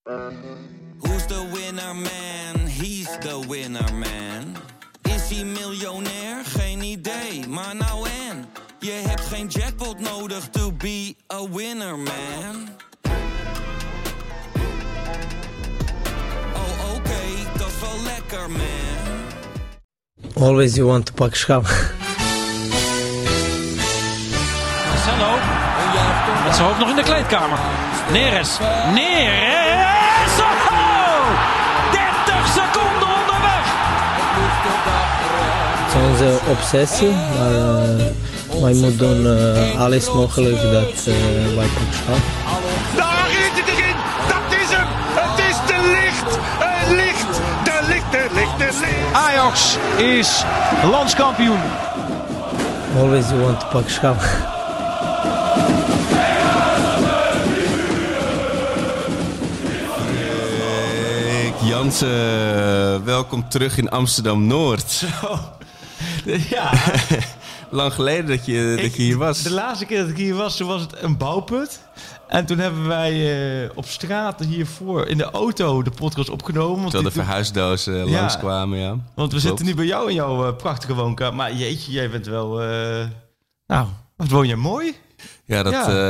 Who's the winner man? He's the winner man. Is hij miljonair? Geen idee, maar nou en. Je hebt geen jackpot nodig to be a winner man. Oh oké, dat is wel lekker man. Always you want to pak schaal. Marcelo, met zijn hoofd nog in de kleedkamer. Neres. Oh! 30 seconden onderweg. Het is onze obsessie, maar wij moeten doen alles mogelijk dat wij pak schaal. Daar is het erin, dat is hem. Het is de licht, de licht. Ajax is landskampioen. Always you want to pak schaal. Jansen, welkom terug in Amsterdam-Noord. Zo, ja. Lang geleden dat je hier was. De laatste keer dat ik hier was, toen was het een bouwput. En toen hebben wij op straat hiervoor in de auto de podcast opgenomen. Terwijl de verhuisdozen langskwamen, ja. Want we zitten nu bij jou in jouw prachtige woonkamer. Maar jeetje, jij bent wel... Nou, wat woon jij mooi. Ja,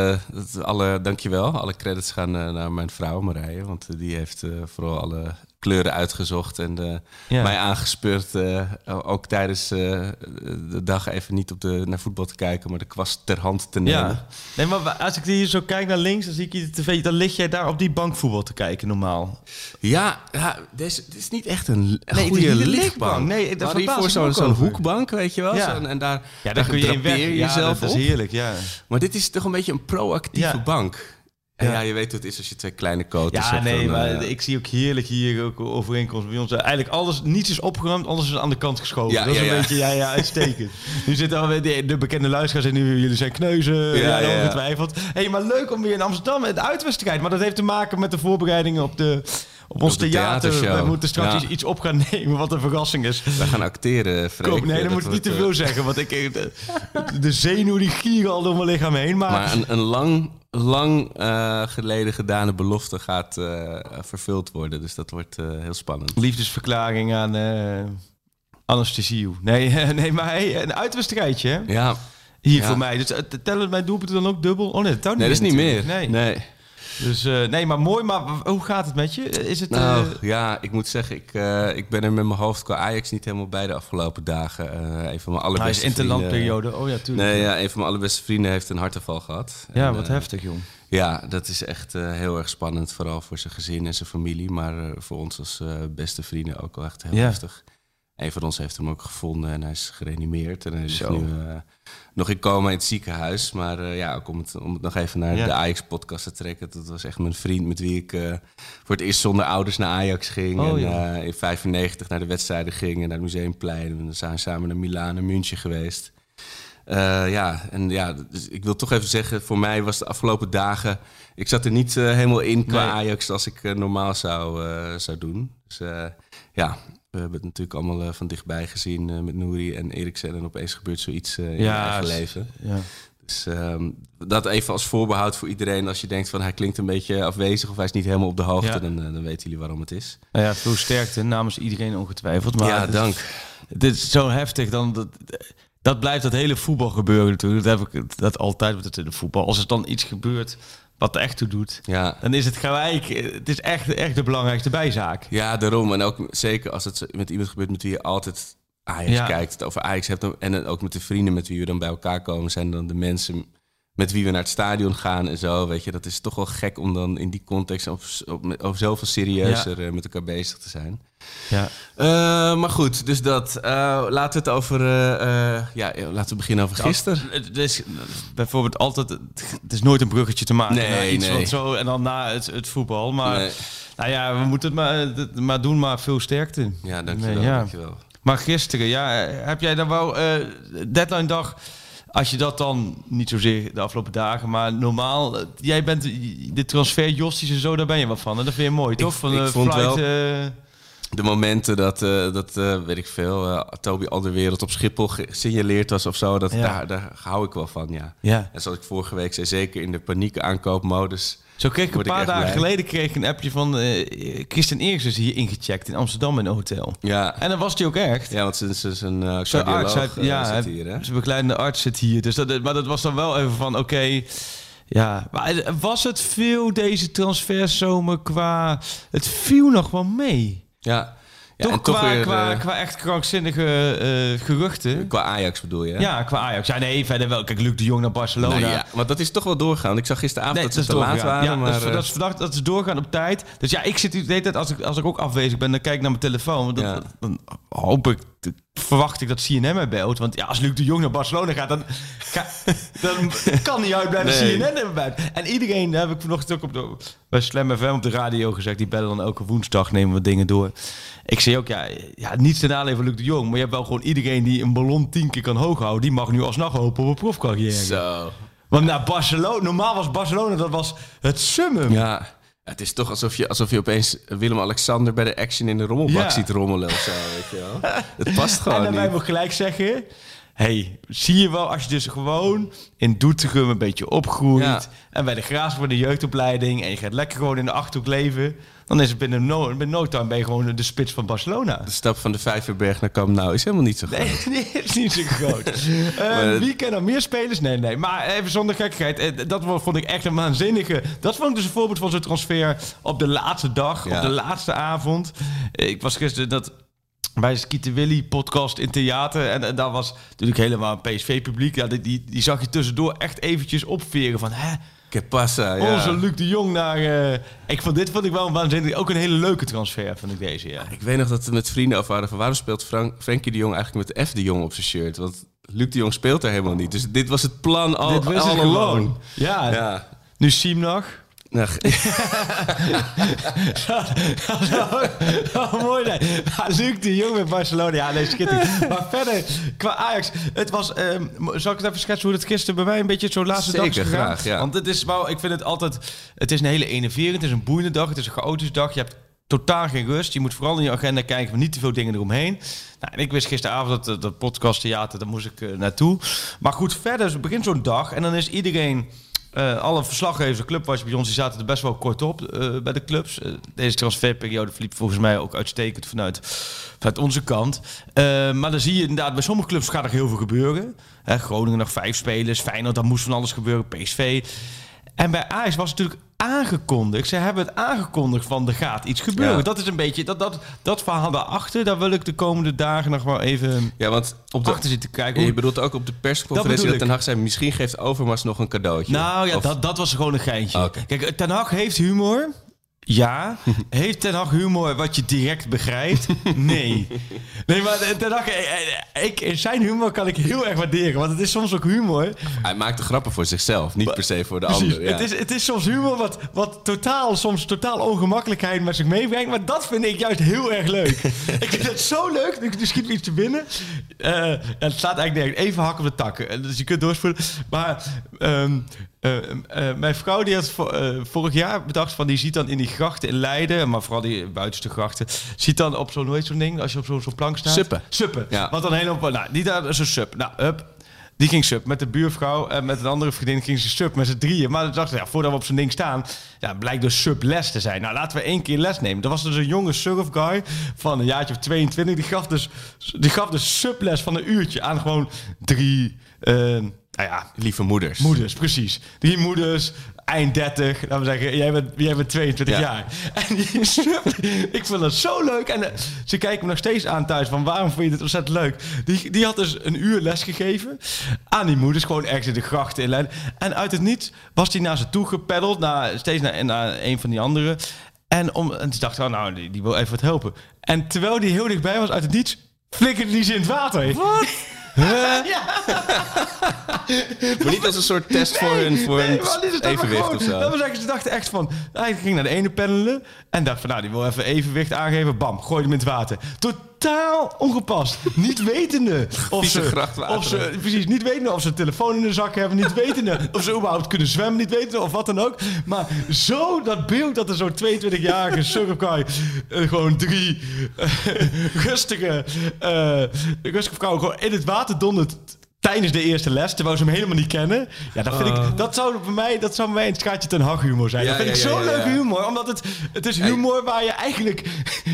dankjewel. Alle credits gaan naar mijn vrouw Marije. Want die heeft vooral alle kleuren uitgezocht en mij aangespeurd. Ook tijdens de dag even niet naar voetbal te kijken, maar de kwast ter hand te nemen. Ja. Nee, maar als ik hier zo kijk naar links, dan zie ik je de tv. Dan lig jij daar op die bank voetbal te kijken normaal. Ja, dit is niet echt een goede lichtbank. Nee, dat is voor zo'n hoekbank, weet je wel. Ja. En daar kun je in weg. jezelf dat is heerlijk, ja. Maar dit is toch een beetje een proactieve bank. En ja, je weet hoe het is als je twee kleine koters hebt. Ja, nee, maar ik zie ook heerlijk hier ook overeenkomst bij ons. Eigenlijk alles, niets is opgeruimd, alles is aan de kant geschoven. Dat is een beetje, uitstekend. Nu zitten alweer de bekende luisteraars en nu jullie zijn kneuzen. Ongetwijfeld. Hey, maar leuk om weer in Amsterdam het uitwedstrijd. Maar dat heeft te maken met de voorbereidingen op ons theater. We moeten straks iets op gaan nemen, wat een verrassing is. We gaan acteren, Freek. Nee, dan moet ik niet te veel zeggen. Want de zenuw die gieren al door mijn lichaam heen. Maar een lang geleden gedane belofte gaat vervuld worden. Dus dat wordt heel spannend. Liefdesverklaring aan anesthesie. Nee, maar een uitwedstrijdje, hè? Ja. Hier voor mij. Dus tellen mijn doelpunten dan ook dubbel? Oh nee, dat is niet meer. Nee. Dus maar mooi. Maar hoe gaat het met je? Is het? Ja, ik moet zeggen, ik ben er met mijn hoofd qua Ajax niet helemaal bij de afgelopen dagen. Een van mijn allerbeste vrienden. Interlandperiode. Oh ja, tuurlijk. Nee, een van mijn allerbeste vrienden heeft een hartaanval gehad. Ja, wat heftig, jong. Ja, dat is echt heel erg spannend. Vooral voor zijn gezin en zijn familie. Maar voor ons als beste vrienden ook wel echt heel heftig. Een van ons heeft hem ook gevonden en hij is gereanimeerd. En hij is nu nog in coma in het ziekenhuis. Maar ook om het nog even naar de Ajax-podcast te trekken. Dat was echt mijn vriend met wie ik voor het eerst zonder ouders naar Ajax ging. In 1995 naar de wedstrijden ging en naar het Museumplein. En we zijn samen naar Milaan en München geweest. Dus ik wil toch even zeggen, voor mij was de afgelopen dagen... Ik zat er niet helemaal in qua Ajax als ik normaal zou doen. Dus we hebben het natuurlijk allemaal van dichtbij gezien met Nouri en Eriksen. En opeens gebeurt zoiets in je eigen leven. Ja. Dus dat even als voorbehoud voor iedereen. Als je denkt van hij klinkt een beetje afwezig of hij is niet helemaal op de hoogte, dan weten jullie waarom het is. Ja, veel sterkte namens iedereen ongetwijfeld. Maar dank. Dit is zo heftig. Dat blijft dat hele voetbal gebeuren natuurlijk. Dat heb ik dat altijd met het voetbal. Als er dan iets gebeurt wat er echt toe doet, dan is het gelijk. Het is echt de belangrijkste bijzaak. Ja, daarom. En ook zeker als het met iemand gebeurt met wie je altijd Ajax kijkt, het over Ajax hebt. En ook met de vrienden met wie we dan bij elkaar komen, zijn dan de mensen met wie we naar het stadion gaan en zo. Weet je, dat is toch wel gek om dan in die context over zoveel serieuzer met elkaar bezig te zijn. Ja. Maar goed, dus dat. Laten we het over... laten we beginnen over gisteren. Het is bijvoorbeeld altijd... Het is nooit een bruggetje te maken. Nee. Zo, en dan na het voetbal. Maar we moeten het maar doen, maar veel sterkte. Ja, dankjewel. Dankjewel. Maar gisteren, heb jij dan wel deadline dag... Als je dat dan, niet zozeer de afgelopen dagen, maar normaal... Jij bent de transfer Josties en zo, daar ben je wat van. En dat vind je mooi, toch? Ik vond wel de momenten dat weet ik veel, Toby Alderweireld op Schiphol gesignaleerd was of zo. Daar hou ik wel van, ja. En zoals ik vorige week zei, zeker in de paniek aankoopmodus... Zo kreeg ik een paar dagen geleden een appje van Christian Eriksen is hier ingecheckt in Amsterdam in een hotel. Ja. En dan was hij ook echt. Ja, want zijn cardioloog zit hier, hè? Zijn begeleidende arts zit hier. Dus maar dat was dan wel even van, oké. Ja, maar was het veel deze transferzomer qua... Het viel nog wel mee. Ja. Ja, toch, en toch qua echt krankzinnige geruchten. Qua Ajax bedoel je? Ja, qua Ajax. Ja, nee, verder wel. Kijk, Luc de Jong naar Barcelona. Nou, ja, maar dat is toch wel doorgaan. Ik zag gisteravond dat ze te laat waren. Ja, maar, dat is verdacht, dat is doorgaan op tijd. Dus ja, ik zit de hele tijd, als ik ook afwezig ben, dan kijk ik naar mijn telefoon. Dan hoop ik, verwacht ik dat CNM mij belt. Want ja, als Luc de Jong naar Barcelona gaat, dan kan niet uitblijven CNM er bij. En iedereen, daar heb ik vanochtend ook bij Slam FM op de radio gezegd, die bellen dan elke woensdag, nemen we dingen door. Ik zei ook, ja, niets ten aanleiding van Luc de Jong, maar je hebt wel gewoon iedereen die een ballon 10 keer kan hoog houden, die mag nu alsnog hopen op een profcarrière. Zo. Want naar Barcelona, normaal was Barcelona, dat was het summum. Ja. Het is toch alsof je opeens Willem-Alexander bij de Action in de rommelbak ziet rommelen of zo, weet je wel. Het past gewoon niet. En dan wij we gelijk zeggen, zie je wel, als je dus gewoon in Doetinchem een beetje opgroeit en bij de Graafschap voor de jeugdopleiding en je gaat lekker gewoon in de Achterhoek leven, dan is het binnen no time ben je gewoon de spits van Barcelona. De stap van de Vijverberg naar Camp Nou is helemaal niet zo groot. Nee, is niet zo groot. Wie kent nog meer spelers? Nee. Maar even zonder gekkigheid. Dat vond ik echt een waanzinnige... Dat vond ik dus een voorbeeld van zo'n transfer op de laatste dag, op de laatste avond. Ik was gisteren bij Skieten Willy podcast in theater. En daar was natuurlijk helemaal een PSV-publiek. Ja, die zag je tussendoor echt eventjes opveren van... Que pasa, ja. Onze Luc de Jong naar... Dit vond ik wel een waanzinnig... Ook een hele leuke transfer, vond ik deze, ja. Ik weet nog dat we met vrienden over waren van... waarom speelt Frenkie de Jong eigenlijk met F de Jong op zijn shirt? Want Luc de Jong speelt er helemaal niet. Dus dit was het plan all along. Ja. Nu Siem nog... mooi, nee. Luc de Jong met Barcelona. Ja, nee, schitterend. Maar verder, qua Ajax, het was... zal ik het even schetsen hoe het gisteren bij mij een beetje zo'n laatste dag is gegaan? Graag, ja. Want het is wel, ik vind het altijd... Het is een hele enerverend, het is een boeiende dag, het is een chaotische dag. Je hebt totaal geen rust. Je moet vooral in je agenda kijken van niet te veel dingen eromheen. Nou, en ik wist gisteravond dat podcasttheater, daar moest ik naartoe. Maar goed, verder, het begint zo'n dag en dan is iedereen... alle verslaggevers, de clubwatch bij ons, die zaten er best wel kort op bij de clubs. Deze transferperiode verliep volgens mij ook uitstekend vanuit onze kant. Maar dan zie je inderdaad, bij sommige clubs gaat er heel veel gebeuren. Groningen nog 5 spelers, Feyenoord, daar moest van alles gebeuren, PSV. En bij Ajax was het natuurlijk aangekondigd. Ze hebben het aangekondigd van er gaat iets gebeuren. Ja. Dat is een beetje dat verhaal daarachter. Daar wil ik de komende dagen nog wel even want op achter zitten kijken. Je bedoelt ook op de persconferentie dat Ten Hag zei... misschien geeft Overmars nog een cadeautje. Nou ja, dat was gewoon een geintje. Okay. Kijk, Ten Hag heeft humor... Ja. Heeft Ten Hag humor wat je direct begrijpt? Nee. Nee, maar Ten Hag... zijn humor kan ik heel erg waarderen. Want het is soms ook humor. Hij maakt de grappen voor zichzelf. Niet per se voor de ander. Ja. Het is soms humor wat soms totaal ongemakkelijkheid met zich meebrengt. Maar dat vind ik juist heel erg leuk. Ik vind het zo leuk. Er schiet me iets te binnen. Het staat eigenlijk nergens. Even hak op de takken. Dus je kunt doorspoelen. Maar... mijn vrouw die had vorig jaar bedacht van... die ziet dan in die grachten in Leiden... maar vooral die buitenste grachten... ziet dan op zo'n, hoe heet zo'n ding... als je op zo'n plank staat... Suppen. Ja. Want dan helemaal... Nou, die daar zo'n sup. Nou, up. Die ging sup. Met de buurvrouw en met een andere vriendin ging ze sup met z'n drieën. Maar dan dacht ze, voordat we op zo'n ding staan... blijkt dus sup les te zijn. Nou, laten we 1 keer les nemen. Er was dus een jonge surf guy van een jaartje of 22... die gaf dus suples van een uurtje aan gewoon 3... lieve moeders. Moeders, precies. 3 moeders, eind 30. Laten we zeggen, jij bent 22 jaar. En ik vind dat zo leuk. En ze kijken me nog steeds aan thuis van... waarom vind je dit ontzettend leuk? Die had dus een uur les gegeven aan die moeders. Gewoon ergens in de grachten in Leiden. En uit het niets was hij naar ze toe gepeddeld. Steeds naar een van die anderen. En ze dacht, die wil even wat helpen. En terwijl die heel dichtbij was, uit het niets... flikkerde die ze in het water. Wat? Maar niet als een soort test voor hun evenwicht of zo. Dat was eigenlijk, ze dachten echt van... Hij ging naar de ene pendelen en dacht van... die wil even evenwicht aangeven. Bam, gooi hem in het water. Totaal ongepast. Niet wetende of ze een telefoon in de zak hebben. Niet wetende of ze überhaupt kunnen zwemmen. Niet wetende of wat dan ook. Maar zo dat beeld dat er zo'n 22-jarige surfguy... gewoon 3 rustige vrouwen gewoon in het water dondert... tijdens de eerste les, terwijl ze hem helemaal niet kennen. Ja, dat vind ik... Dat zou bij mij een Schaatje ten Hag humor zijn. Dat vind ik zo'n leuke humor. Omdat het is humor waar je eigenlijk...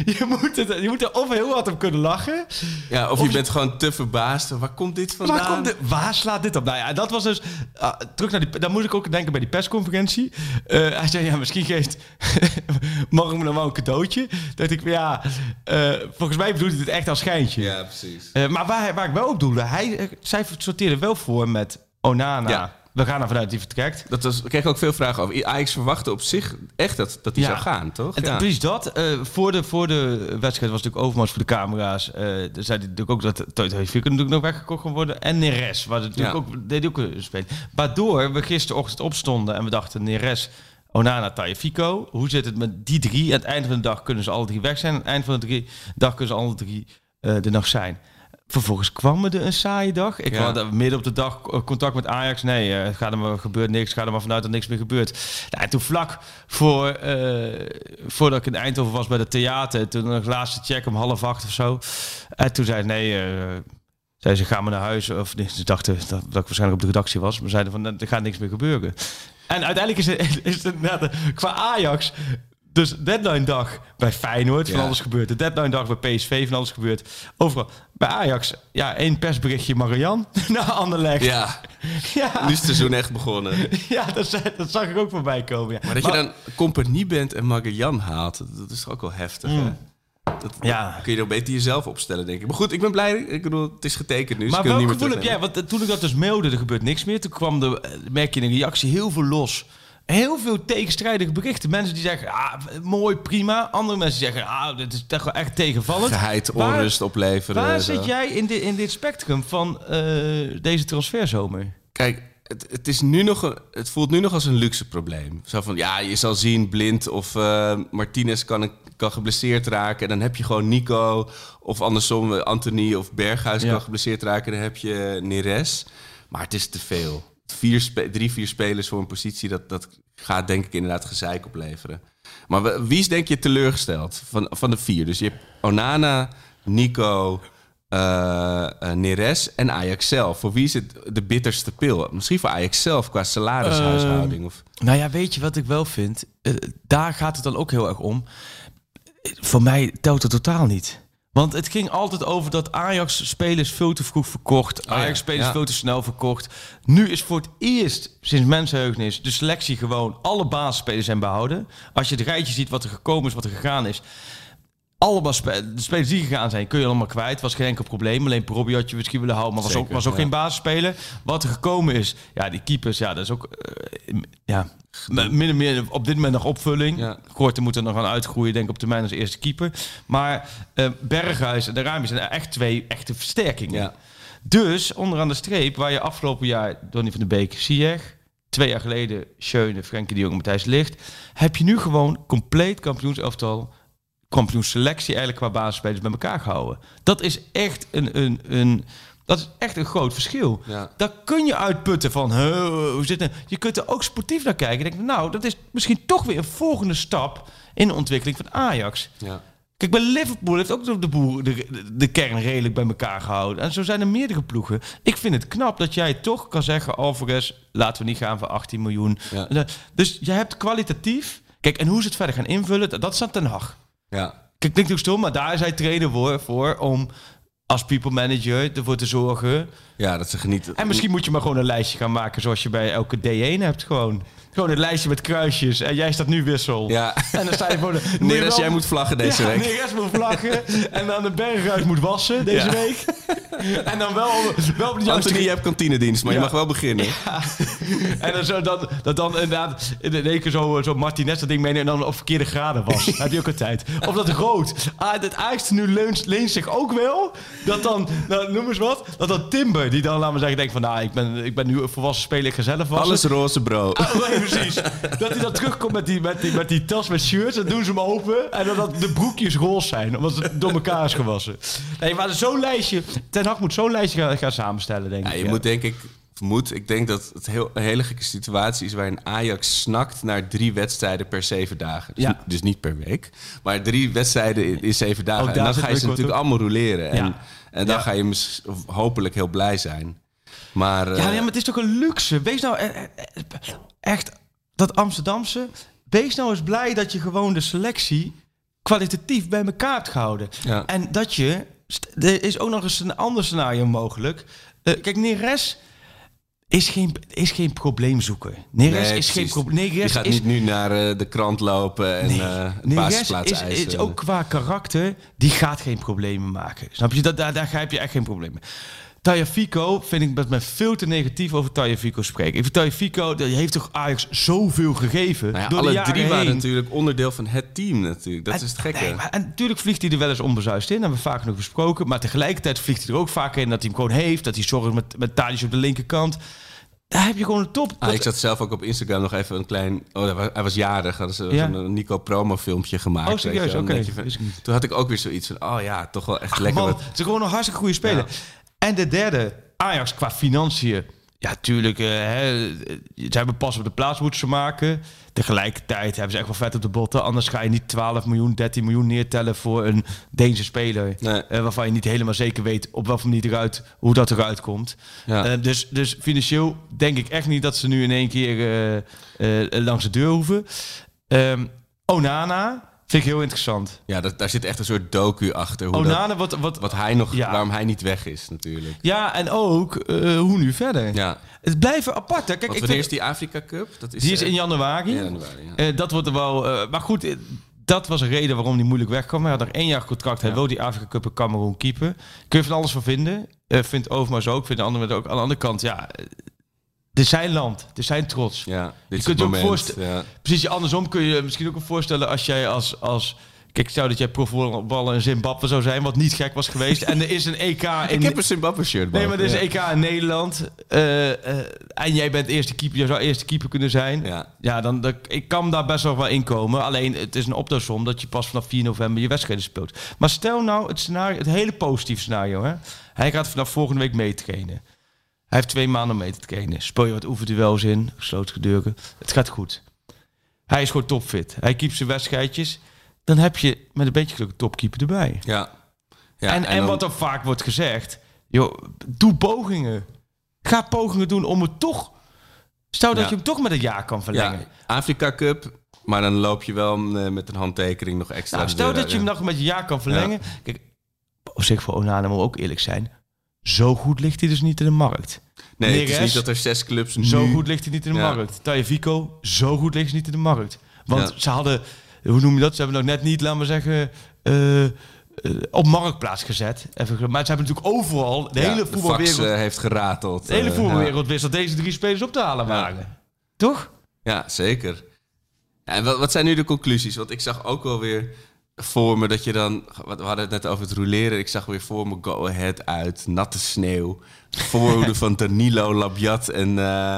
Je moet er of heel hard op kunnen lachen. Ja, of je bent gewoon te verbaasd. Waar komt dit vandaan? Waar slaat dit op? Nou ja, dat was dus... terug naar dan moest ik ook denken bij die persconferentie. Hij zei, misschien geeft... mag ik me dan wel een cadeautje? Dacht ik, volgens mij bedoelt hij het echt als schijntje. Ja, precies. Maar waar ik wel op doelde... Zij sorteerde wel voor met Onana. Ja. We gaan ervan uit dat hij vertrekt. We kregen ook veel vragen over. Ajax verwachtte op zich echt dat hij zou gaan, toch? En precies dat. Voor de wedstrijd was natuurlijk Overmars voor de camera's. Zei hij natuurlijk ook dat Toit Heuveluk natuurlijk nog weggekocht kon worden. En Neres, waar natuurlijk deed ook spelen. Waardoor we gisterochtend opstonden en we dachten... Neres, Onana, Tagliafico. Hoe zit het met die drie? Aan het eind van de dag kunnen ze alle drie weg zijn. Aan het eind van de dag kunnen ze alle drie er nog zijn. Vervolgens kwam er een saaie dag. Ik had midden op de dag contact met Ajax. Nee, gebeurt niks. Ga er maar vanuit dat niks meer gebeurt. Nou, en toen vlak voordat ik in Eindhoven was bij het theater... toen nog de laatste check om 7:30 of zo. En toen zei zei ze, ga maar naar huis. Of ze dachten dat ik waarschijnlijk op de redactie was. Maar zeiden van, er gaat niks meer gebeuren. En uiteindelijk is het qua Ajax... Dus deadline dag bij Feyenoord, van alles gebeurt. De deadline dag bij PSV, van alles gebeurt. Overal. Bij Ajax, 1 persberichtje Marian naar Anderlecht. Ja. Nu is het seizoen echt begonnen. Ja, dat zag ik ook voorbij komen. Ja. Maar dat je dan Compagnie bent en Marian haalt, dat is toch ook wel heftig, hè? Dat kun je nog beter jezelf opstellen, denk ik. Maar goed, ik ben blij. Ik bedoel, het is getekend nu. Maar welk gevoel heb jij? Want toen ik dat dus mailde, er gebeurt niks meer. Toen merk je in de reactie heel veel los. Heel veel tegenstrijdige berichten. Mensen die zeggen, mooi, prima. Andere mensen die zeggen, dit is toch wel echt tegenvallend. Geheid, onrust opleveren. Waar zit jij in dit spectrum van deze transferzomer? Kijk, het voelt nu nog als een luxe probleem. Zo van, je zal zien, Blind of Martinez kan geblesseerd raken. En dan heb je gewoon Nico. Of andersom, Anthony of Berghuis kan geblesseerd raken. En dan heb je Neres. Maar het is te veel. 3-4 spelers voor een positie, dat gaat denk ik inderdaad gezeik opleveren. Maar wie is denk je teleurgesteld van de 4? Dus je hebt Onana, Nico, Neres en Ajax zelf. Voor wie is het de bitterste pil? Misschien voor Ajax zelf qua salarishuishouding. Of... Nou ja, weet je wat ik wel vind? Daar gaat het dan ook heel erg om. Voor mij telt het totaal niet. Want het ging altijd over dat Ajax-spelers veel te vroeg verkocht. Ajax-spelers veel te snel verkocht. Nu is voor het eerst sinds mensenheugenis de selectie gewoon... alle basisspelers zijn behouden. Als je het rijtje ziet wat er gekomen is, wat er gegaan is... allemaal de spelers die gegaan zijn, kun je allemaal kwijt. Was geen enkel probleem. Alleen Robbie had je misschien willen houden, maar was ook geen basisspeler. Wat er gekomen is, die keepers, dat is ook... min of meer op dit moment nog opvulling. Ja. Korte moet er nog aan uitgroeien, denk ik, op termijn als eerste keeper. Maar Berghuis en de Rami zijn echt 2 echte versterkingen. Ja. Dus, onderaan de streep, waar je afgelopen jaar Donny van de Beek, Ziyech, 2 jaar geleden Schöne, Frenkie de Jong, Matthijs de Ligt, heb je nu gewoon compleet kampioenselftal, kampioensselectie eigenlijk qua basisspelers bij elkaar gehouden. Dat is echt dat is echt een groot verschil. Ja. Daar kun je uitputten van... hoe zit het? Je kunt er ook sportief naar kijken. En denk, dat is misschien toch weer een volgende stap... in de ontwikkeling van Ajax. Ja. Kijk, bij Liverpool heeft ook de kern redelijk bij elkaar gehouden. En zo zijn er meerdere ploegen. Ik vind het knap dat jij toch kan zeggen... Alvarez, laten we niet gaan voor 18 miljoen. Ja. Dus je hebt kwalitatief... Kijk, en hoe ze het verder gaan invullen... dat is aan Ten Hag. Ja. Kijk, klinkt ook stom, maar daar is hij trainer voor... om als people manager ervoor te zorgen... Ja, dat ze genieten. En misschien moet je maar gewoon een lijstje gaan maken... zoals je bij elke D1 hebt gewoon... Gewoon een lijstje met kruisjes. En jij staat nu wissel. Ja. En dan sta je voor de... Neres, jij moet vlaggen deze week. Neres moet vlaggen. En dan de Berghuis moet wassen deze week. En dan wel op de Anthony, je hebt kantinedienst, maar je mag wel beginnen. Ja. En dan inderdaad... In één keer zo Martinez dat ding meenemen... en dan op verkeerde graden was. Heb je ook een tijd. Of dat rood. Het Ajax nu leent zich ook wel... Dat dan... noem eens wat. Dat dan Timber, die dan, laten we zeggen... denkt van... ik ben nu een volwassen speler. Ik ga zelf wassen. Alles roze, bro. Precies. Dat hij dan terugkomt met die tas met shirts. Dan doen ze hem open. En dan de broekjes roze zijn. Omdat het door elkaar is gewassen. Nee, maar zo'n lijstje... Ten Hag moet zo'n lijstje gaan samenstellen, denk ik. Je moet denk ik... Ik denk dat het een hele gekke situatie is... waarin Ajax snakt naar 3 wedstrijden per 7 dagen. Dus niet per week. Maar 3 wedstrijden in 7 dagen. En dan ga je ze natuurlijk allemaal roleren. En dan ga je hopelijk heel blij zijn. Maar, maar het is toch een luxe. Wees nou echt dat Amsterdamse. Wees nou eens blij dat je gewoon de selectie kwalitatief bij elkaar hebt gehouden. Ja. En dat er is ook nog eens een ander scenario mogelijk. Kijk, Neres is geen probleemzoeker. Neres is geen probleem. Je gaat niet nu naar de krant lopen en een basisplaats eisen. Is ook qua karakter, die gaat geen problemen maken. Snap je? Daar heb je echt geen problemen. Tagliafico vind ik dat men veel te negatief over Tagliafico spreken. Ik vind Tagliafico, die heeft toch Ajax zoveel gegeven. Nou ja, alle drie waren natuurlijk onderdeel van het team natuurlijk. Dat is het gekke. Nee, en natuurlijk vliegt hij er wel eens onbezuist in. Dat hebben we vaak nog besproken. Maar tegelijkertijd vliegt hij er ook vaak in dat hij hem gewoon heeft. Dat hij zorgt met Tadic op de linkerkant. Daar heb je gewoon een top. Ik zat zelf ook op Instagram nog even een klein... hij was jarig. Hadden ze een Nico promo filmpje gemaakt. Oh, serieus? Oké. Toen had ik ook weer zoiets van... toch wel echt lekker. Man, het is gewoon een hartstikke goede speler. Ja. En de derde, Ajax qua financiën. Ja, tuurlijk. Ze hebben pas op de plaats moeten ze maken. Tegelijkertijd hebben ze echt wel vet op de botten. Anders ga je niet 12 miljoen, 13 miljoen neertellen voor een Deense speler. Nee. Waarvan je niet helemaal zeker weet op welke manier hoe dat eruit komt. Ja. Dus financieel denk ik echt niet dat ze nu in één keer langs de deur hoeven. Onana vind ik heel interessant. Ja, daar zit echt een soort docu achter. Onana, wat hij nog, waarom hij niet weg is natuurlijk. Ja, en ook hoe nu verder. Ja. Het blijven apart. Hè. Kijk, wanneer is die Afrika Cup? Die is in januari. Dat wordt er wel... maar goed, dat was een reden waarom hij moeilijk wegkwam. Hij had nog 1 jaar contract. Hij wil die Afrika Cup in Cameroen keepen. Kun je van alles van vinden. Vindt Overmars ook. Vindt de anderen ook. Aan de andere kant, het is zijn land. Het is zijn trots. Ja, dit je kunt je ook voorstellen. Precies, andersom kun je misschien ook voorstellen als jij als kijk, stel dat jij profvoetballer in Zimbabwe zou zijn, wat niet gek was geweest. En er is een EK in... Ik heb een Zimbabwe shirt. Nee, maar er is een EK in Nederland. En jij bent eerste keeper. Jij zou eerste keeper kunnen zijn. Ja, dan ik kan daar best wel in komen. Alleen, het is een optelsom dat je pas vanaf 4 november je wedstrijden speelt. Maar stel nou het hele positieve scenario. Hè? Hij gaat vanaf volgende week mee trainen. Hij heeft 2 maanden mee te trainen. Speel je wat oefenduels in, gesloten gedurken. Het gaat goed. Hij is gewoon topfit. Hij keept zijn wedstrijdjes. Dan heb je met een beetje geluk een topkeeper erbij. Ja. En dan... wat er vaak wordt gezegd... joh, doe pogingen. Ga pogingen doen om het toch... Stel dat je hem toch met een jaar kan verlengen. Ja, Afrika Cup, maar dan loop je wel met een handtekening nog extra. Nou, stel dat je hem nog met een jaar kan verlengen. Ja. Kijk, op zich voor Onana moet ook eerlijk zijn... Zo goed ligt hij dus niet in de markt. Nee, Neres, het is niet dat er 6 clubs nu... Zo goed ligt hij niet in de markt. Tagliafico, zo goed ligt hij niet in de markt. Want ze hadden... Hoe noem je dat? Ze hebben nog net niet, laten we zeggen... op marktplaats gezet. Maar ze hebben natuurlijk overal... De hele voetbalwereld... De fax heeft gerateld. De hele voetbalwereld wist dat deze 3 spelers op te halen waren. Toch? Ja, zeker. Ja, en wat zijn nu de conclusies? Want ik zag ook wel weer... voor me dat je dan... We hadden het net over het rouleren. Ik zag weer voor me Go Ahead uit. Natte sneeuw. Voorhoede van Danilo, Labiat en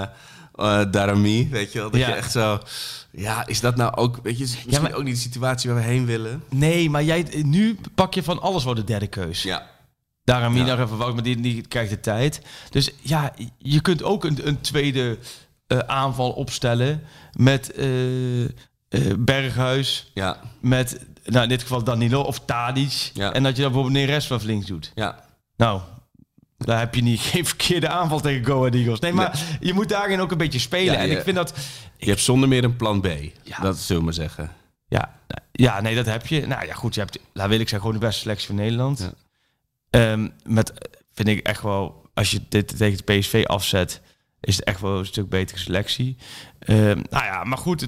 Darami. Weet je wel? Dat je echt zo... Ja, is dat nou ook... Weet je, misschien ook niet de situatie waar we heen willen? Nee, maar nu pak je van alles voor de derde keus. Ja. Darami nog even wacht, maar die krijgt de tijd. Dus ja, je kunt ook een tweede aanval opstellen met Berghuis. Ja. Met... Nou, in dit geval Danilo of Tadic. Ja. En dat je dan bijvoorbeeld Neres van links doet. Ja. Nou, daar heb je geen verkeerde aanval tegen Go Ahead Eagles. Nee, maar je moet daarin ook een beetje spelen. En ik vind dat... Je hebt zonder meer een plan B. Ja. Dat zullen we maar zeggen. Ja, nee, dat heb je. Nou ja, goed. Je hebt, laat wil ik zeggen, gewoon de beste selectie van Nederland. Ja. Vind ik echt wel... Als je dit tegen de PSV afzet... is het echt wel een stuk betere selectie. Nou ja, maar goed.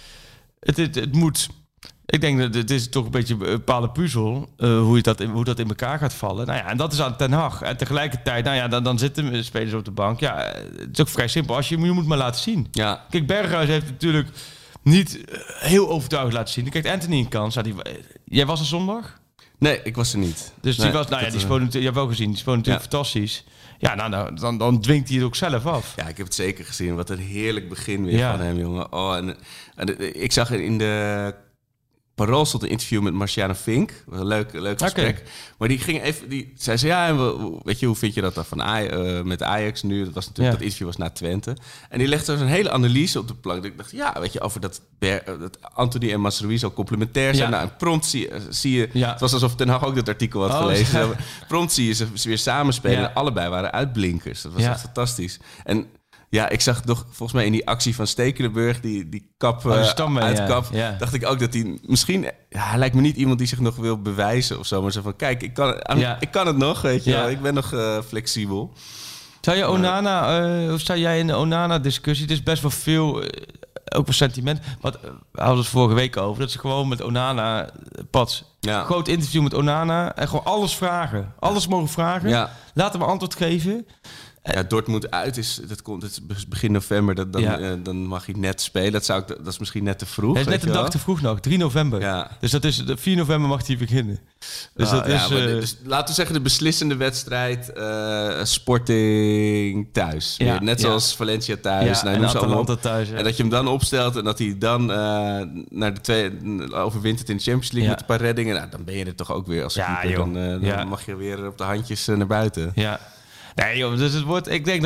Het moet... Ik denk dat het is toch een beetje een bepaalde puzzel hoe dat in elkaar gaat vallen. Nou ja, en dat is aan Ten Hag. En tegelijkertijd, nou ja, dan zitten spelers op de bank. Ja, het is ook vrij simpel. Je moet maar laten zien. Ja. Kijk, Berghuis heeft natuurlijk niet heel overtuigend laten zien. Dan krijgt Anthony een kans. Jij was er zondag? Nee, ik was er niet. Dus die was, nou ja, die speelde, je hebt wel gezien, die speelde natuurlijk fantastisch. Ja, nou, dan dwingt hij het ook zelf af. Ja, ik heb het zeker gezien. Wat een heerlijk begin weer van hem, jongen. Oh, en ik zag in de Parool stond een interview met Marciano Vink. Een leuk gesprek. Okay. Maar die ging even... Zij zei, weet je, hoe vind je dat dan met Ajax nu? Dat interview was na Twente. En die legde zo'n hele analyse op de plank. Ik dacht, weet je, over dat Anthony en Mazraoui zo complementair zijn. Nou, en prompt zie je... Ja. Het was alsof Ten Hag ook dat artikel had gelezen. Ja. Prompt zie je ze weer samenspelen. Ja. En allebei waren uitblinkers. Dat was echt fantastisch. En... Ja, ik zag toch volgens mij in die actie van Stekelenburg, die kap uitkap, dacht ik ook dat hij misschien... hij lijkt me niet iemand die zich nog wil bewijzen of zo. Maar zo van, kijk, ik kan het nog, weet je wel. Ik ben nog flexibel. Zou je Onana, hoe sta jij in de Onana-discussie? Het is best wel veel, ook wel sentiment. We hadden het vorige week over, dat ze gewoon met Onana, groot interview met Onana en gewoon alles vragen. Alles mogen vragen. Ja. Laten we antwoord geven. Ja, Dortmund uit het is begin november. Dan mag hij net spelen. Dat is misschien net te vroeg. Het is net een dag te vroeg nog, 3 november. Ja. Dus dat is 4 november mag hij beginnen. Dus dus laten we zeggen de beslissende wedstrijd Sporting thuis. Ja. Net zoals Valencia thuis. Ja, en Atalanta thuis. Ja. En dat je hem dan opstelt en dat hij dan naar overwintert in de Champions League met een paar reddingen. Nou, dan ben je er toch ook weer als keeper. Dan mag je weer op de handjes naar buiten. Ja. Nee joh, dus ik denk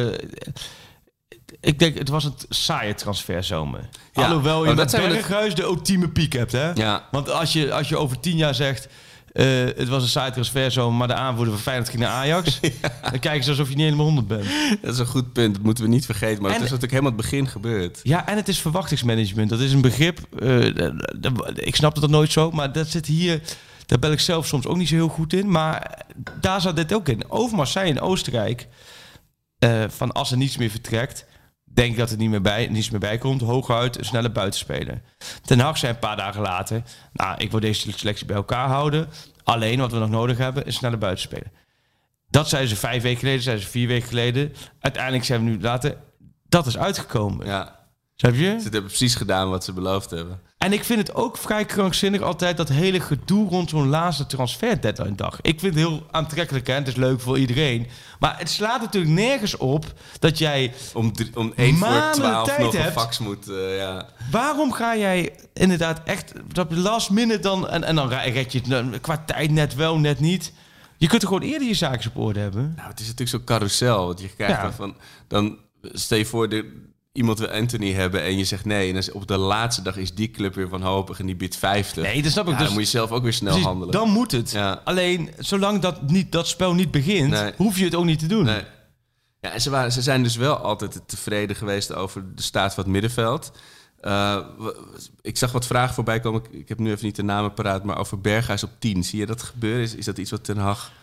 het was een saaie transferzomer. Ja. Alhoewel je met Berghuis de ultieme piek hebt, hè? Ja. Want als je over 10 jaar zegt... het was een saaie transferzomer, maar de aanvoerder van Feyenoord ging naar Ajax... dan kijken ze alsof je niet helemaal 100 bent. Dat is een goed punt, dat moeten we niet vergeten. Maar het is natuurlijk helemaal het begin gebeurd. Ja, en het is verwachtingsmanagement. Dat is een begrip... ik snap dat nooit zo, maar dat zit hier... Daar ben ik zelf soms ook niet zo heel goed in. Maar daar zat dit ook in. Overmars zei in Oostenrijk... van als er niets meer vertrekt... denk ik dat er niets meer bij komt. Hooguit een snelle buitenspeler. Ten Hag zei een paar dagen later... nou, ik wil deze selectie bij elkaar houden. Alleen wat we nog nodig hebben... is snelle buitenspeler. Dat zeiden ze 5 weken geleden. Zeiden ze 4 weken geleden. Uiteindelijk zijn we nu later... dat is uitgekomen. Ja. Snap je? Ze hebben precies gedaan wat ze beloofd hebben. En ik vind het ook vrij krankzinnig altijd... dat hele gedoe rond zo'n laatste transfer deadline dag. Ik vind het heel aantrekkelijk, hè? Het is leuk voor iedereen. Maar het slaat natuurlijk nergens op... dat jij om 1 voor 12 nog een fax moet... Waarom ga jij inderdaad echt... op de last minute dan... en dan red je het qua tijd net wel, net niet... Je kunt er gewoon eerder je zaakjes op orde hebben. Nou, het is natuurlijk zo'n carousel. Want je krijgt dan stel je voor... iemand wil Anthony hebben en je zegt nee. En dan op de laatste dag is die club weer wanhopig en die biedt 50. Nee, dat snap ik. Dan moet je zelf ook weer snel handelen. Dan moet het. Ja. Alleen, zolang dat spel niet begint, hoef je het ook niet te doen. Nee. Ja, en ze zijn dus wel altijd tevreden geweest over de staat van het middenveld. Ik zag wat vragen voorbij komen. Ik heb nu even niet de namen paraat, maar over Berghuis op 10. Zie je dat gebeuren? Is dat iets wat Ten Hag...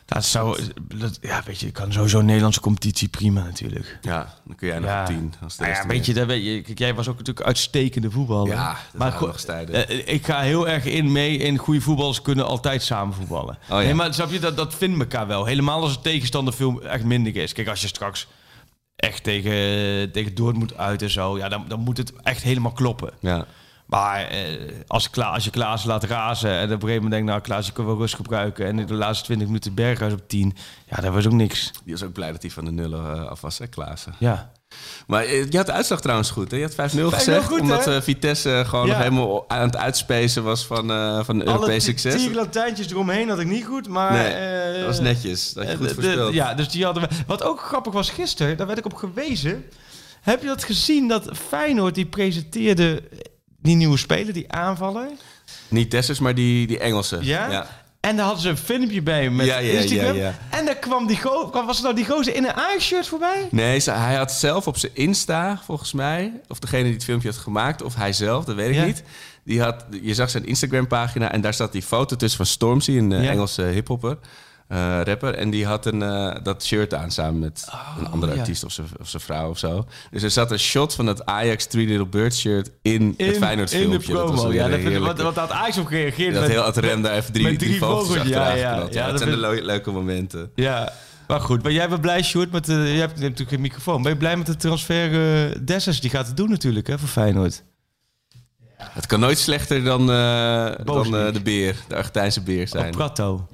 weet je kan sowieso een Nederlandse competitie prima natuurlijk. Ja, dan kun jij nog op 10. Kijk, jij was ook natuurlijk uitstekende voetballer. Ja, dat ik ga heel erg in goede voetballers kunnen altijd samen voetballen. Oh, ja. Nee, maar snap je, dat vinden elkaar wel. Helemaal als het tegenstander veel echt minder is. Kijk, als je straks echt tegen Dortmund uit en zo, ja, dan moet het echt helemaal kloppen. Ja. Maar als je Klaas laat razen en op een gegeven moment denkt, nou Klaas, je kan wel rust gebruiken en in de laatste 20 minuten Berghuis op 10, ja, dat was ook niks. Die was ook blij dat hij van de nullen af was, hè, Klaassen. Ja. Maar je had de uitslag trouwens goed, hè? Je had 5-0 gezegd, goed, omdat Vitesse gewoon nog helemaal aan het uitspacen was van een Europees succes. Alle tierenlantijntjes eromheen had ik niet goed, maar... Nee, dat was netjes, dat je goed voorspeld. Ja, dus die hadden we... Wat ook grappig was gisteren, daar werd ik op gewezen. Heb je dat gezien, dat Feyenoord die presenteerde die nieuwe speler, die aanvaller? Niet Dessers, maar die Engelse. Ja? En daar hadden ze een filmpje bij met Instagram. Ja. En daar kwam was het nou die gozer in een Ajax-shirt voorbij? Nee, hij had zelf op zijn Insta, volgens mij, of degene die het filmpje had gemaakt, of hij zelf, dat weet ik niet. Je zag zijn Instagram-pagina en daar staat die foto tussen van Stormzy, een Engelse hiphopper. Rapper. En die had dat shirt aan samen met een andere artiest of zijn vrouw of zo. Dus er zat een shot van dat Ajax Three Little Birds shirt in het Feyenoord filmpje. In de promo. Dat was wat had Ajax op gereageerd? Dat heel het rem daar even drie vogels achteraan geknald. Het zijn de leuke momenten. Ja. Maar goed, ben jij wel blij, Sjoerd? Je hebt natuurlijk geen microfoon. Ben je blij met de transfer Dessers? Die gaat het doen natuurlijk, hè, voor Feyenoord. Het kan nooit slechter dan de beer, de Argentijnse beer zijn. Prato.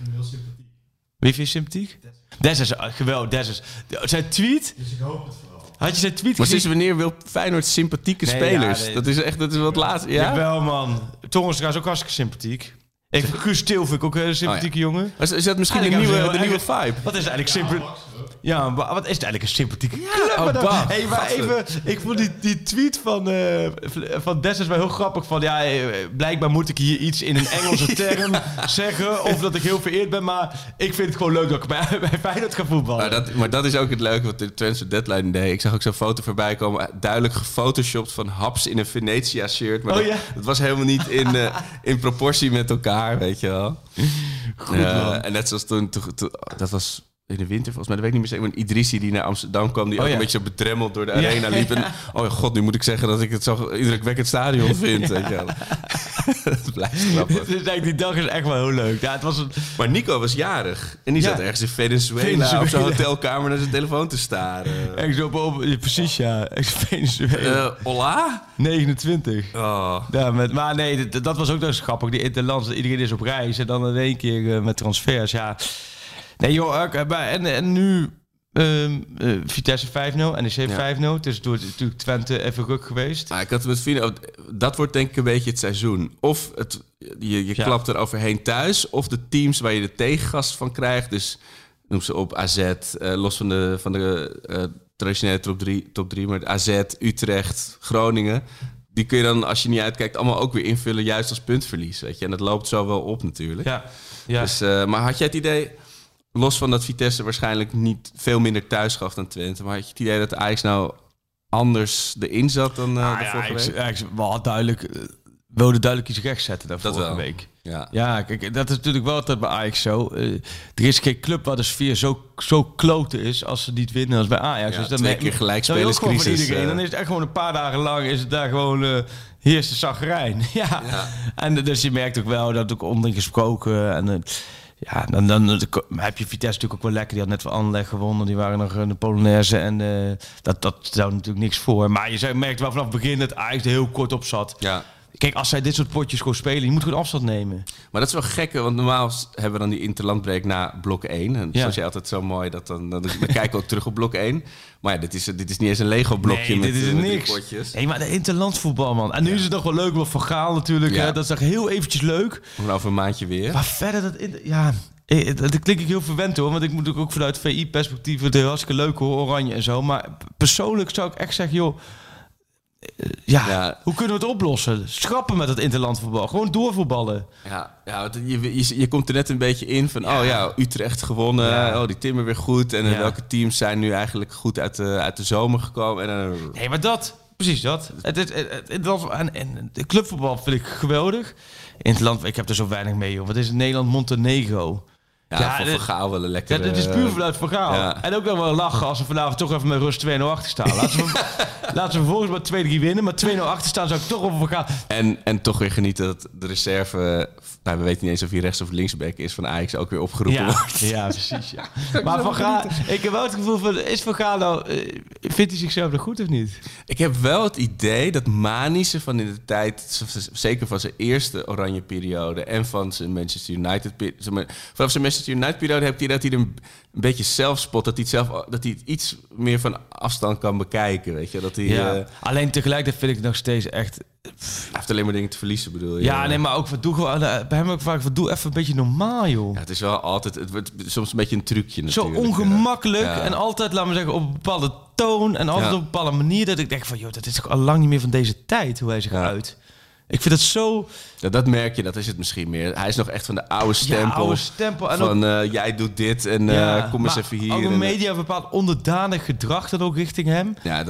Wie vind je sympathiek? Dessers, geweldig. Dessers. Zijn tweet... Dus ik hoop het vooral. Had je zijn tweet Maar gezien? sinds wanneer wil Feyenoord sympathieke spelers? Ja, Dat is wat laatst. Ja? Jawel, man. Tongens is ook hartstikke sympathiek. Guus Til vind ik ook een sympathieke jongen. Is dat misschien de nieuwe vibe? Wat is eigenlijk sympathiek? Ja, maar wat is het eigenlijk een sympathieke club? Maar even, ik vond die tweet van Dessers wel heel grappig. Van blijkbaar moet ik hier iets in een Engelse term zeggen. Of dat ik heel vereerd ben. Maar ik vind het gewoon leuk dat ik bij Feyenoord ga voetballen. Maar dat is ook het leuke wat de transfer deadline deed. Ik zag ook zo'n foto voorbij komen. Duidelijk gefotoshopt van Haps in een Venetia shirt. Maar dat was helemaal niet in proportie met elkaar, weet je wel. Goed, en net zoals toen, dat was in de winter volgens mij, dat weet ik niet meer zeker. Maar Idrissi die naar Amsterdam kwam, die ook een beetje zo bedremmeld door de arena liep. En, oh god, nu moet ik zeggen dat ik het zo indrukwekkend stadion vind. Weet je wel. Dat blijft grappig. Dus die dag is echt wel heel leuk. Ja, het was Maar Nico was jarig. En die zat ergens in Venezuela op zijn hotelkamer naar zijn telefoon te staren. Ergens op precies, ja. Venezuela. Hola? 29. Oh. Ja, maar nee, dat was ook nog eens grappig. Die interlands, iedereen is op reis. En dan in één keer met transfers, ja. Nee joh, en nu Vitesse 5-0, NEC 5-0. Het is door natuurlijk Twente even ruk geweest. Maar ik had het met vrienden, dat wordt denk ik een beetje het seizoen. Of je klapt er overheen thuis, of de teams waar je de tegengast van krijgt. Dus noem ze op AZ, los van de traditionele top 3, maar AZ, Utrecht, Groningen. Die kun je dan, als je niet uitkijkt, allemaal ook weer invullen, juist als puntverlies. Weet je? En dat loopt zo wel op natuurlijk. Ja. Dus, maar had jij het idee, los van dat Vitesse waarschijnlijk niet veel minder thuis gaf dan Twente, maar had je het idee dat Ajax nou anders erin zat dan de vorige week? Ajax wilde duidelijk iets rechtzetten de vorige week. Ja, kijk, dat is natuurlijk wel altijd bij Ajax zo. Er is geen club waar de sfeer zo kloten is als ze niet winnen als bij Ajax. Ja, dus dan 2 keer gelijkspelerscrisis. Dan is het echt gewoon een paar dagen lang is het daar gewoon heerst de zagrijn. Ja. En dus je merkt ook wel dat ook onderling gesproken en dan heb je Vitesse natuurlijk ook wel lekker. Die had net van Anderlecht gewonnen. Die waren nog in de Polonaise. En dat stelde natuurlijk niks voor. Maar je merkt wel vanaf het begin dat Ajax er heel kort op zat. Ja. Kijk, als zij dit soort potjes gewoon spelen, je moet gewoon afstand nemen. Maar dat is wel gek, want normaal hebben we dan die interlandbreak na blok 1. En zoals je altijd zo mooi, dan kijken we ook terug op blok 1. Maar ja, dit is niet eens een Lego-blokje met 3 potjes. Nee, maar de interlandvoetbal, man. En nu is het nog wel leuk, want Van Gaal natuurlijk. Ja. Dat is echt heel eventjes leuk. Maar over een maandje weer. Maar verder, dat klink ik heel verwend hoor. Want ik moet ook vanuit VI-perspectief het heel hartstikke leuk hoor, Oranje en zo. Maar persoonlijk zou ik echt zeggen, joh, hoe kunnen we het oplossen? Schrappen met het interlandvoetbal. Gewoon doorvoetballen. Ja, je komt er net een beetje in van... Utrecht gewonnen. Ja. Die Timmer weer goed. En welke teams zijn nu eigenlijk goed uit de zomer gekomen? Nee, maar precies dat. En de clubvoetbal vind ik geweldig. Interland, ik heb er zo weinig mee, joh. Wat is het? Nederland, Montenegro. Ja, Van Gaal wel een lekker... Ja, dit is puur vanuit Van Gaal. Ja. En ook dan wel lachen als we vanavond toch even met rust 2-0 achter staan. Laten we vervolgens maar 2-3 winnen. Maar 2-0 achter staan zou ik toch over Van Gaal... En toch weer genieten dat de reserve... we weten niet eens of hij rechts- of linksback is van Ajax ook weer opgeroepen wordt. Ja, precies. Ja. Maar Van Gaal, ik heb wel het gevoel van... Is Van Gaal nou... vindt hij zichzelf nog goed of niet? Ik heb wel het idee dat Manissen van in de tijd... Zeker van zijn eerste oranje periode... en van zijn Manchester United... Vanaf zijn Manchester United periode heb je dat hij er een beetje zelfspot. Dat hij het iets meer van afstand kan bekijken. Weet je? Dat hij, alleen tegelijkertijd vind ik het nog steeds echt... Hij heeft alleen maar dingen te verliezen, bedoel je? Ja, nee, maar ook doe gewoon bij hem ook vaak doe even een beetje normaal, joh. Ja, het is wel altijd, het wordt soms een beetje een trucje natuurlijk. Zo ongemakkelijk en altijd, laten we zeggen, op een bepaalde toon en altijd op een bepaalde manier dat ik denk van, joh, dat is toch al lang niet meer van deze tijd hoe hij zich uit. Ik vind het zo... Ja, dat merk je, dat is het misschien meer. Hij is nog echt van de oude stempel. Ja, oude stempel. En van jij doet dit en kom eens even hier. Ook de media bepaald onderdanig gedrag dan ook richting hem. Ja,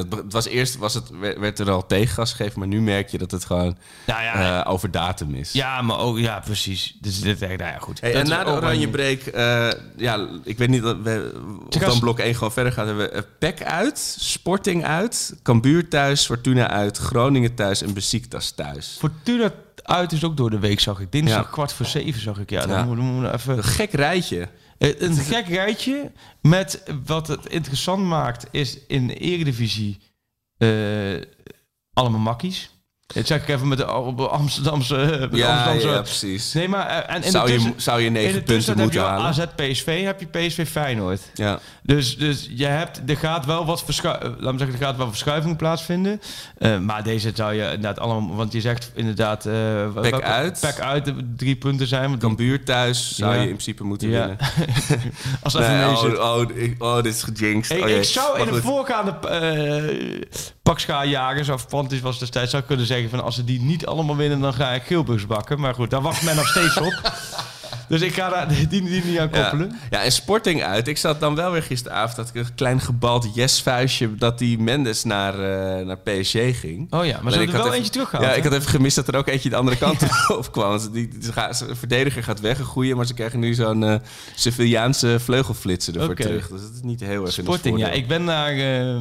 werd er al tegengas gegeven, maar nu merk je dat het gewoon over datum is. Ja, maar ook, ja, precies. Dus dit goed. Hey, en na de oranje break, ik weet niet of dan blok 1 gewoon verder gaat. Hebben we PEC uit, Sporting uit, Cambuur thuis, Fortuna uit, Groningen thuis en Besiktas thuis. Fortuna uit is ook door de week, zag ik. Dinsdag 6:15 zag ik. Dan moeten we even... Een gek rijtje. Een gek rijtje met wat het interessant maakt is in de Eredivisie allemaal makkies. Dat zeg ik even met de Amsterdamse... Ja, precies. Nee, maar... En zou je 9 punten moeten halen? AZ PSV, heb je PSV Feyenoord. Ja. Dus er gaat wel wat verschuiving plaatsvinden. Maar deze zou je inderdaad allemaal... Want je zegt inderdaad... Pek uit de 3 punten zijn. Want Cambuur thuis zou je in principe moeten winnen. Als dat dit is gejinxed. Ik zou in de voorgaande pakschaarjagers of Pantis was destijds zou kunnen zeggen van als ze die niet allemaal winnen, dan ga ik Geelbugs bakken. Maar goed, daar wacht men nog steeds op. Dus ik ga daar die niet aan koppelen. Ja, en Sporting uit. Ik zat dan wel weer gisteravond dat ik een klein gebald yes-vuistje dat die Mendes naar PSG ging. Oh ja, maar ze hebben er wel eentje teruggehaald. Ja, ik had even gemist dat er ook eentje de andere kant op kwam. Want de verdediger gaat weg, een goeie, maar ze krijgen nu zo'n Sevillaanse vleugelflitser ervoor terug. Dus dat is niet heel erg Sporting, ja. Ik ben naar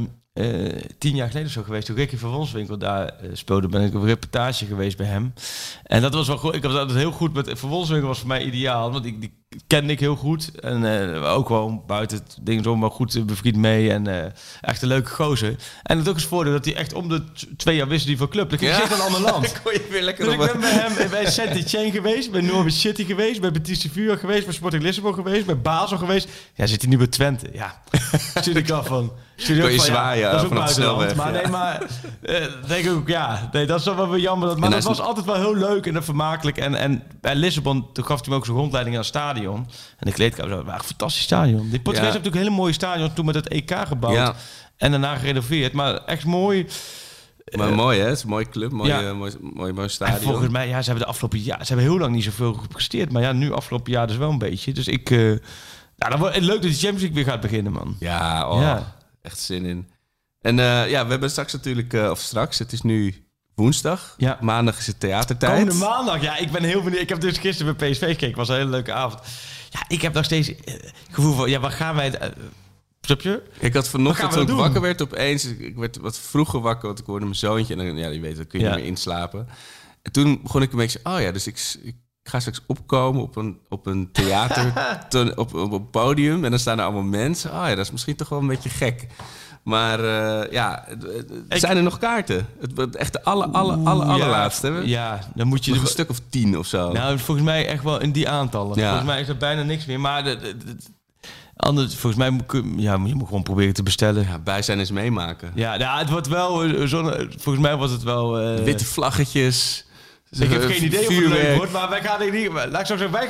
10 jaar geleden zo geweest. Toen Ricky van Wolfswinkel daar speelde, ben ik op een reportage geweest bij hem. En dat was wel goed. Ik had het heel goed met Van Wolfswinkel was voor mij ideaal, want die kende ik heel goed. En ook gewoon buiten het ding zo, maar goed bevriend mee. En echt een leuke gozer. En het ook eens voordeel dat hij echt om de 2 jaar wist die van club. Dan ging hij in een ander land. Dan kon je weer lekker dus ik ben bij hem bij Saint-Étienne geweest, bij Norwich City geweest, bij Betis Sevilla geweest, bij Sporting Lissabon geweest, bij Basel geweest. Ja, zit hij nu bij Twente. Ja, zit ik af van. Kon je zwaar, ja, dat is ook vanaf snelweg. Maar nee, maar denk ik ook, ja. Nee, dat is wel weer jammer. Maar dat was altijd wel heel leuk en vermakelijk. En bij Lissabon, toen gaf hij me ook zo'n rondleiding aan het stadion. En de kleedkamer, dat was een fantastisch stadion. Die Portugees hebben natuurlijk een hele mooie stadion toen met het EK gebouwd. Ja. En daarna gerenoveerd. Maar echt mooi. Maar mooi, hè? Het is een mooie club, mooi stadion. En volgens mij, ja, ze hebben de afgelopen jaar, ze hebben heel lang niet zoveel gepresteerd. Maar ja, nu afgelopen jaar dus wel een beetje. Dus ik, dan wordt het leuk dat de Champions League weer gaat beginnen, man. Ja, echt zin in. En we hebben straks natuurlijk, het is nu woensdag. Ja. Maandag is het theatertijd. Komende maandag, ja, ik ben heel benieuwd. Ik heb dus gisteren bij PSV gekeken, was een hele leuke avond. Ja, ik heb nog steeds het gevoel van, ja, waar gaan wij... Snap je? Ik had vanochtend toen ik wakker werd opeens... Ik werd wat vroeger wakker, want ik hoorde mijn zoontje. En dan, ja, je weet, dan kun je niet meer inslapen. En toen begon ik een beetje... Oh ja, dus ik ga straks opkomen op een theater, op een podium. En dan staan er allemaal mensen. Oh ja, dat is misschien toch wel een beetje gek. Maar zijn er nog kaarten? Echt de allerlaatste. Ja, dan moet je... Nog een stuk of 10 of zo. Nou, volgens mij echt wel in die aantallen. Ja. Volgens mij is er bijna niks meer. Maar anders, volgens mij moet je gewoon proberen te bestellen. Ja, bij zijn is meemaken. Ja, het wordt wel... volgens mij was het wel... witte vlaggetjes... Ik heb geen idee of het leuk wordt, maar wij gaan in ieder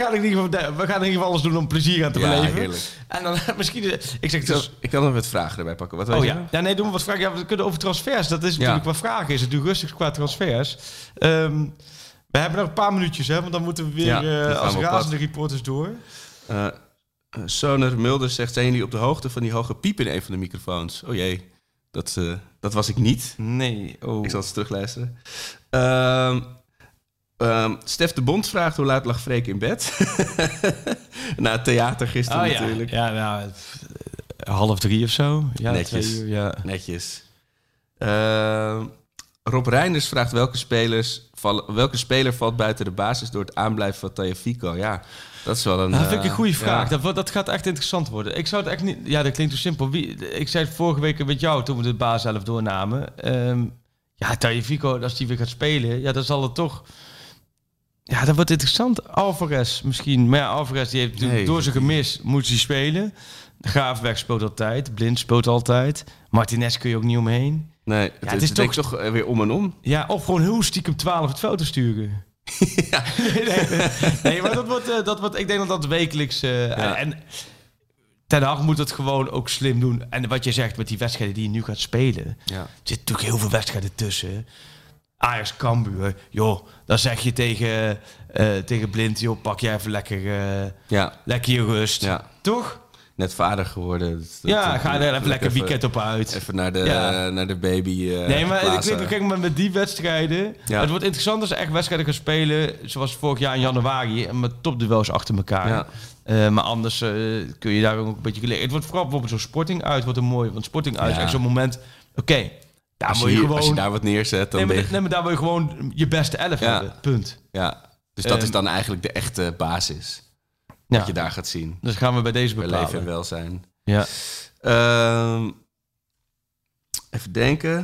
geval alles doen om plezier aan te beleven. Heerlijk. En dan misschien... Ik kan nog wat vragen erbij pakken. Wat ja, nee, doen we wat vragen. Ja, we kunnen over transfers. Dat is natuurlijk wat vragen is. Het doet rustig qua transfers. We hebben nog een paar minuutjes, hè, want dan moeten we weer als razende reporters door. Soner Mulder zegt, zijn jullie op de hoogte van die hoge piep in een van de microfoons? Oh jee, dat was ik niet. Nee. Oh. Ik zal het terugluisteren. Stef de Bond vraagt hoe laat lag Freek in bed? Na het theater gisteren natuurlijk. Ja, nou, 2:30 of zo. Ja, netjes. 2 uur, ja. Netjes. Rob Reinders vraagt welke speler valt buiten de basis door het aanblijven van Tagliafico? Ja, dat is wel een... Dat vind ik een goede vraag. Ja. Dat gaat echt interessant worden. Ik zou het echt niet... Ja, dat klinkt zo simpel. Ik zei het vorige week met jou toen we de baas zelf doornamen. Tagliafico, als die weer gaat spelen, ja, dan zal het toch... Ja, dat wordt interessant. Alvarez misschien. Maar ja, Alvarez die heeft natuurlijk door zijn gemis moet hij spelen. Graafberg speelt altijd. Blind speelt altijd. Martinez kun je ook niet omheen. Nee, het is toch weer om en om. Ja, of gewoon heel stiekem 12 het veld te sturen. Ja. nee, maar dat wordt... Ik denk dat dat wekelijks... En Ten Hag moet het gewoon ook slim doen. En wat je zegt met die wedstrijden die je nu gaat spelen... Ja. Er zitten natuurlijk heel veel wedstrijden tussen... Ajax Cambuur, joh, dan zeg je tegen Blind, joh, pak jij even lekker je rust. Ja. Toch? Net vader geworden. Ga er even lekker weekend op uit. Even naar de baby. Nee, maar kijk maar met die wedstrijden. Ja. Het wordt interessant als ze echt wedstrijden gaan spelen, zoals vorig jaar in januari, en met topduels achter elkaar. Ja. Maar anders kun je daar ook een beetje gelegen. Het wordt vooral bijvoorbeeld zo'n Sporting uit, wordt een mooi, want Sporting uit is echt zo'n moment. Oké. Als je daar wat neerzet, dan maar daar wil je gewoon je beste 11 hebben. Punt. Ja, dus dat is dan eigenlijk de echte basis. Wat je daar gaat zien. Dus gaan we bij deze bepalen. Bij leven en welzijn. Ja. Even denken.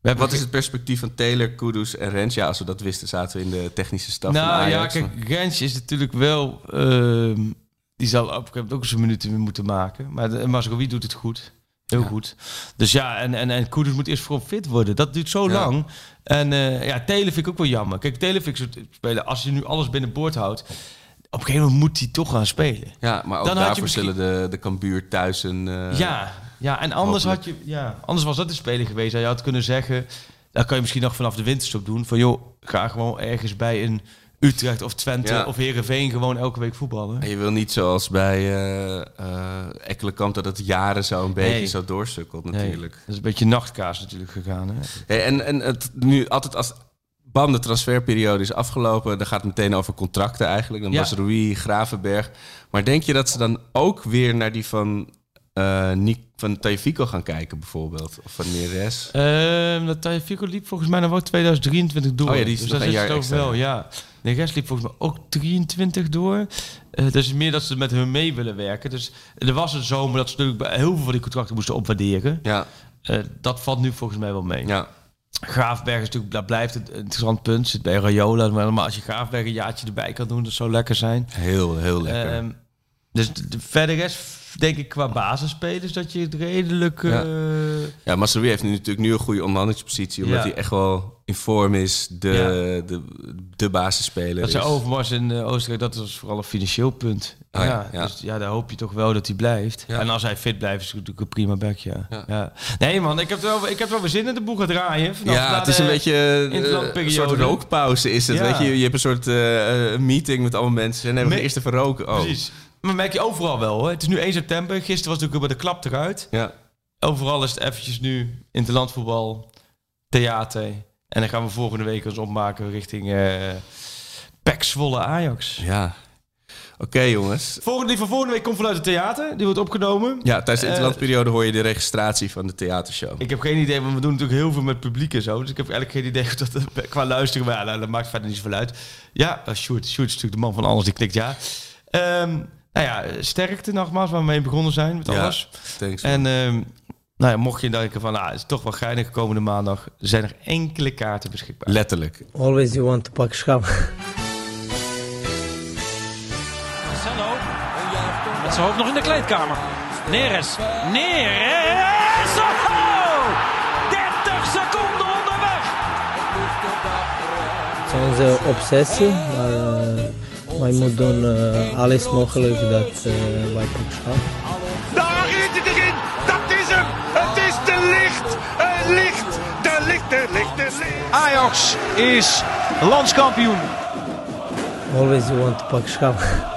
Wat is het perspectief van Taylor, Kudus en Rens? Ja, als we dat wisten, zaten we in de technische staf van Ajax. Ja, kijk, Rens is natuurlijk wel... die zal op een gegeven moment ook zijn minuten meer moeten maken. Maar Mazraoui doet het goed. Heel goed. Dus ja, en Kudus moet eerst vooral fit worden. Dat duurt zo lang. En Taylor vind ik ook wel jammer. Kijk, Taylor vind ik zo spelen. Als je nu alles binnenboord houdt... Op een gegeven moment moet hij toch gaan spelen. Ja, maar ook dan daarvoor zullen de Cambuur thuis een... Ja, en anders anders was dat de speler geweest. Je had kunnen zeggen... Dan kan je misschien nog vanaf de winterstop doen. Van joh, ga gewoon ergens bij een Utrecht of Twente of Heerenveen gewoon elke week voetballen. En je wil niet zoals bij Ekkelenkamp dat het jaren zo een beetje zo doorsukkelt natuurlijk. Dat is een beetje nachtkaas natuurlijk gegaan. Hè? En het nu altijd als... Bam, de transferperiode is afgelopen. Dan gaat het meteen over contracten eigenlijk. Dan was Rui, Gravenberg. Maar denk je dat ze dan ook weer naar die van Tagliafico gaan kijken bijvoorbeeld? Of van Neres? Dat Tagliafico liep volgens mij nog wel 2023 door. Oh ja, die is dus nog een jaar extra. Wel, ja. Neres liep volgens mij ook 23 door. Dus meer dat ze met hun mee willen werken. Dus er was een zomer dat ze natuurlijk bij heel veel van die contracten moesten opwaarderen. Ja. Dat valt nu volgens mij wel mee. Ja. Graafberg is natuurlijk, dat blijft het interessant punt. Zit bij Raiola, maar als je Graafberg een jaartje erbij kan doen, dat zou lekker zijn. Heel, heel lekker. Dus verder rest, denk ik, qua basisspelers dat je het redelijk... Ja, Mazraoui heeft natuurlijk nu een goede onderhandelingspositie, omdat hij echt wel in vorm is, de basisspeler. Dat zijn Overmars in Oostenrijk, dat was vooral een financieel punt. Dus daar hoop je toch wel dat hij blijft. Ja. En als hij fit blijft, is het natuurlijk een prima back, ja. Nee man, ik heb wel weer zin in de boel gaan draaien. Het is een beetje een soort rookpauze is het. Weet je hebt een soort meeting met allemaal mensen en dan hebben we eerst even roken. Oh. Precies. Maar merk je overal wel, hoor. Het is nu 1 september. Gisteren was natuurlijk bij de klap eruit. Ja. Overal is het eventjes nu interlandvoetbal, theater. En dan gaan we volgende week ons opmaken richting PEC Zwolle Ajax. Ja. Oké, jongens. Die van volgende week komt vanuit het theater. Die wordt opgenomen. Ja, tijdens de interlandperiode hoor je de registratie van de theatershow. Ik heb geen idee, want we doen natuurlijk heel veel met publiek en zo. Dus ik heb eigenlijk geen idee of dat qua luisteren... Maar dat maakt verder niet zoveel uit. Ja, Sjoerd is natuurlijk de man van alles, die knikt ja. Sterkte nogmaals, waar we mee begonnen zijn met alles. Thanks, en mocht je denken van, het is toch wel geinig komende maandag, er zijn er enkele kaarten beschikbaar. Letterlijk. Always you want to pak schap. Marcelo, met zijn hoofd nog in de kleedkamer. Neres. Oh! 30 seconden onderweg! Het is onze obsessie, maar wij moeten doen alles mogelijk dat wij pak schap. Daar is het erin! Dat is hem! Het is de licht! De licht! Ajax is landskampioen. Always you want to pak schap.